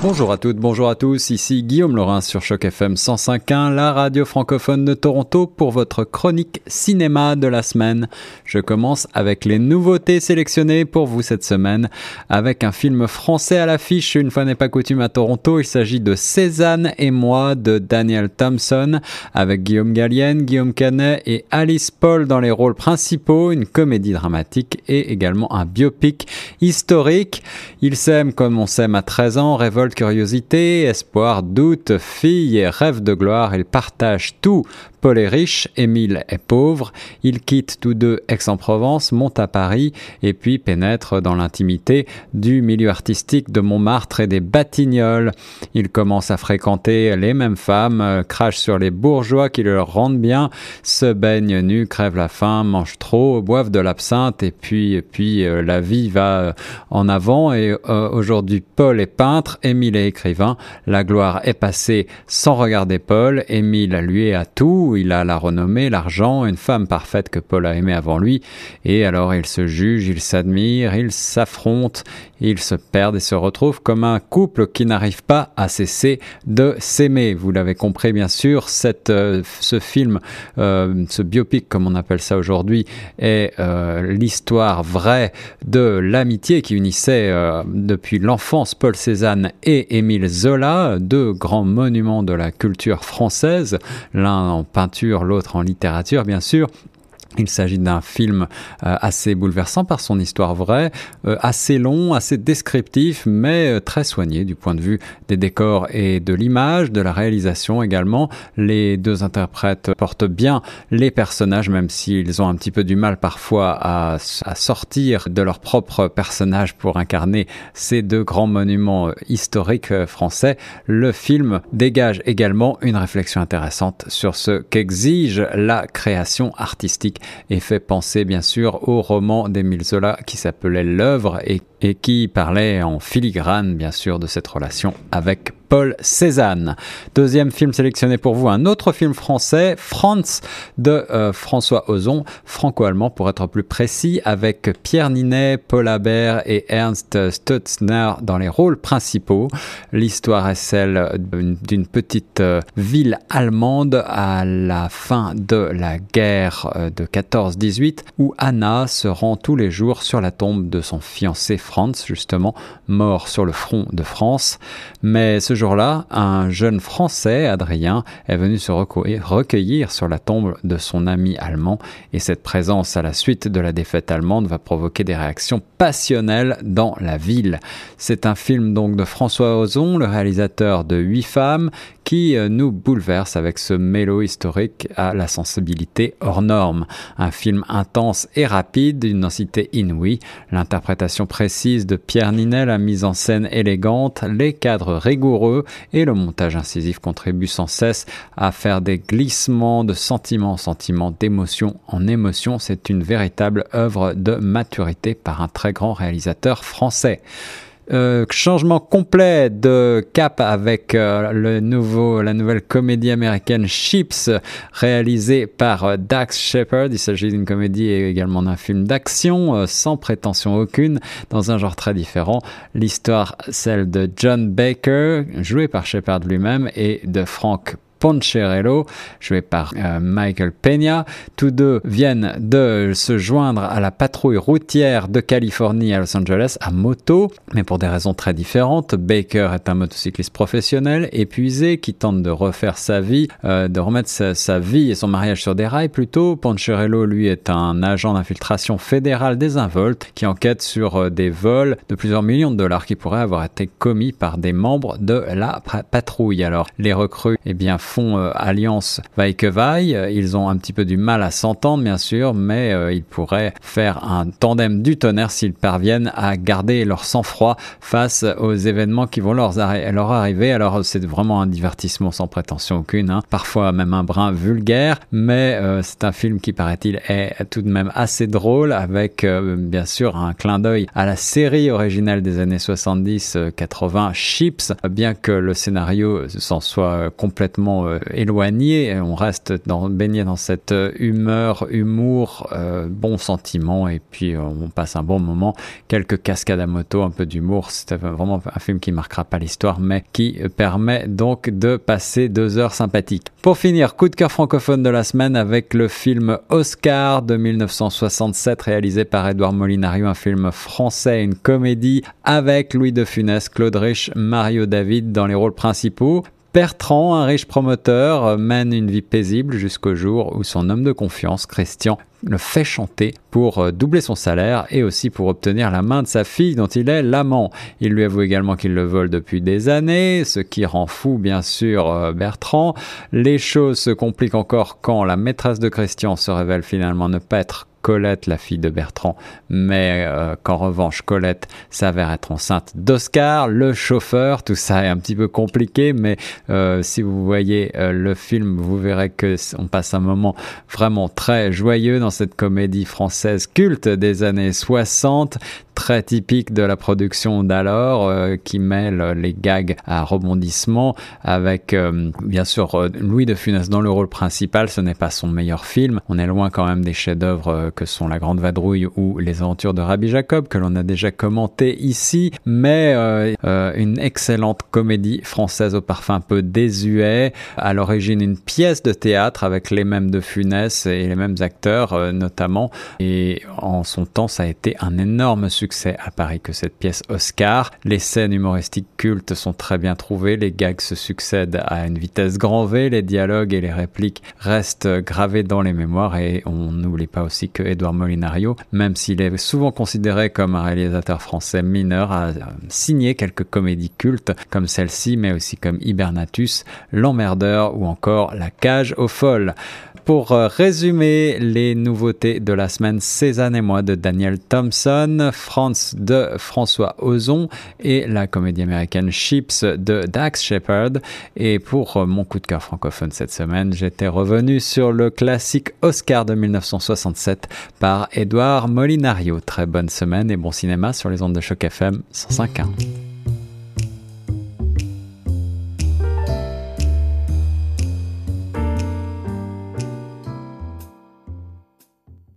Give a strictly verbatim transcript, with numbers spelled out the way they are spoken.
Bonjour à toutes, bonjour à tous, ici Guillaume Laurin sur Choc F M cent cinq point un, la radio francophone de Toronto pour votre chronique cinéma de la semaine. Je commence avec les nouveautés sélectionnées pour vous cette semaine avec un film français à l'affiche, une fois n'est pas coutume à Toronto. Il s'agit de Cézanne et moi de Daniel Thompson avec Guillaume Gallienne, Guillaume Canet et Alice Paul dans les rôles principaux, une comédie dramatique et également un biopic historique. Ils s'aiment comme on s'aime à treize ans, révolte, curiosité, espoir, doute, fille et rêve de gloire. Ils partagent tout. Paul est riche, Émile est pauvre. Ils quittent tous deux Aix-en-Provence, montent à Paris et puis pénètrent dans l'intimité du milieu artistique de Montmartre et des Batignolles. Ils commencent à fréquenter les mêmes femmes, euh, crachent sur les bourgeois qui leur rendent bien, se baignent nus, crèvent la faim, mangent trop, boivent de l'absinthe et puis, et puis euh, la vie va euh, en avant. Et euh, aujourd'hui, Paul est peintre, Émile est écrivain. La gloire est passée sans regarder Paul. Émile, lui, a tout. Il a la renommée, l'argent, une femme parfaite que Paul a aimée avant lui. Et alors, ils se jugent, ils s'admirent, ils s'affrontent, ils se perdent et se retrouvent comme un couple qui n'arrive pas à cesser de s'aimer. Vous l'avez compris, bien sûr, cette, euh, ce film, euh, ce biopic, comme on appelle ça aujourd'hui, est euh, l'histoire vraie de l'amitié qui unissait euh, depuis l'enfance Paul Cézanne et Émile Zola, deux grands monuments de la culture française, l'un en peinture, l'autre en littérature, bien sûr. Il s'agit d'un film euh, assez bouleversant par son histoire vraie, euh, assez long, assez descriptif, mais euh, très soigné du point de vue des décors et de l'image, de la réalisation également. Les deux interprètes portent bien les personnages, même s'ils ont un petit peu du mal parfois à, à sortir de leur propre personnage pour incarner ces deux grands monuments historiques euh, français. Le film dégage également une réflexion intéressante sur ce qu'exige la création artistique et fait penser bien sûr au roman d'Émile Zola qui s'appelait L'œuvre et, et qui parlait en filigrane bien sûr de cette relation avec Paul Cézanne. Deuxième film sélectionné pour vous, un autre film français, Franz de euh, François Ozon, franco-allemand pour être plus précis, avec Pierre Ninet, Paul Habert et Ernst Stutzner dans les rôles principaux. L'histoire est celle d'une, d'une petite euh, ville allemande à la fin de la guerre euh, de quatorze dix-huit où Anna se rend tous les jours sur la tombe de son fiancé Franz, justement mort sur le front de France. Mais ce jour-là, un jeune Français, Adrien, est venu se recueillir sur la tombe de son ami allemand et cette présence à la suite de la défaite allemande va provoquer des réactions passionnelles dans la ville. C'est un film donc de François Ozon, le réalisateur de Huit femmes, qui nous bouleverse avec ce mélo historique à la sensibilité hors norme. Un film intense et rapide, d'une densité inouïe, l'interprétation précise de Pierre Ninet, la mise en scène élégante, les cadres rigoureux et le montage incisif contribuent sans cesse à faire des glissements de sentiment en sentiment, d'émotion en émotion. C'est une véritable œuvre de maturité par un très grand réalisateur français. Euh, changement complet de cap avec euh, le nouveau, la nouvelle comédie américaine Chips, réalisée par euh, Dax Shepard. Il s'agit d'une comédie et également d'un film d'action, euh, sans prétention aucune, dans un genre très différent. L'histoire, celle de John Baker, joué par Shepard lui-même, et de Frank Poncherello, joué par euh, Michael Peña. Tous deux viennent de se joindre à la patrouille routière de Californie à Los Angeles à moto, mais pour des raisons très différentes. Baker est un motocycliste professionnel, épuisé, qui tente de refaire sa vie, euh, de remettre sa, sa vie et son mariage sur des rails plutôt. Poncherello, lui, est un agent d'infiltration fédérale désinvolte qui enquête sur euh, des vols de plusieurs millions de dollars qui pourraient avoir été commis par des membres de la patrouille. Alors, les recrues, eh bien, font euh, alliance vaille que vaille. Ils ont un petit peu du mal à s'entendre, bien sûr, mais euh, ils pourraient faire un tandem du tonnerre s'ils parviennent à garder leur sang-froid face aux événements qui vont leur, arri- leur arriver. Alors, c'est vraiment un divertissement sans prétention aucune, hein. Parfois même un brin vulgaire, mais euh, c'est un film qui, paraît-il, est tout de même assez drôle, avec euh, bien sûr un clin d'œil à la série originale des années soixante-dix quatre-vingts, Chips, bien que le scénario s'en soit complètement complètement euh, éloigné. On reste dans, baigné dans cette humeur, humour, euh, bons sentiments, et puis euh, on passe un bon moment. Quelques cascades à moto, un peu d'humour. C'était vraiment un film qui marquera pas l'histoire, mais qui permet donc de passer deux heures sympathiques. Pour finir, coup de cœur francophone de la semaine avec le film Oscar de dix-neuf cent soixante-sept, réalisé par Édouard Molinariot, un film français, une comédie avec Louis de Funès, Claude Rich, Mario David dans les rôles principaux. Bertrand, un riche promoteur, mène une vie paisible jusqu'au jour où son homme de confiance, Christian, le fait chanter pour doubler son salaire et aussi pour obtenir la main de sa fille dont il est l'amant. Il lui avoue également qu'il le vole depuis des années, ce qui rend fou bien sûr Bertrand. Les choses se compliquent encore quand la maîtresse de Christian se révèle finalement ne pas être Colette, la fille de Bertrand, mais euh, qu'en revanche Colette s'avère être enceinte d'Oscar, le chauffeur. Tout ça est un petit peu compliqué, mais euh, si vous voyez euh, le film, vous verrez que on passe un moment vraiment très joyeux dans cette comédie française culte des années soixante, très typique de la production d'alors, euh, qui mêle les gags à rebondissement avec euh, bien sûr euh, Louis de Funès dans le rôle principal. Ce n'est pas son meilleur film, on est loin quand même des chefs-d'œuvre euh, que sont La Grande Vadrouille ou Les Aventures de Rabbi Jacob, que l'on a déjà commenté ici, mais euh, euh, une excellente comédie française au parfum un peu désuet, à l'origine une pièce de théâtre avec les mêmes de Funès et les mêmes acteurs euh, notamment, et en son temps ça a été un énorme succès à Paris que cette pièce Oscar. Les scènes humoristiques cultes sont très bien trouvées, les gags se succèdent à une vitesse grand V, les dialogues et les répliques restent gravés dans les mémoires, et on n'oublie pas aussi que Édouard Molinariot, même s'il est souvent considéré comme un réalisateur français mineur, a signé quelques comédies cultes comme celle-ci, mais aussi comme Hibernatus, L'Emmerdeur ou encore La Cage aux Folles. Pour résumer les nouveautés de la semaine, Cézanne et moi de Daniel Thompson, France de François Ozon et la comédie américaine Chips de Dax Shepard. Et pour mon coup de cœur francophone cette semaine, j'étais revenu sur le classique Oscar de dix-neuf cent soixante-sept par Édouard Molinariot. Très bonne semaine et bon cinéma sur les ondes de Choc F M cent cinq point un.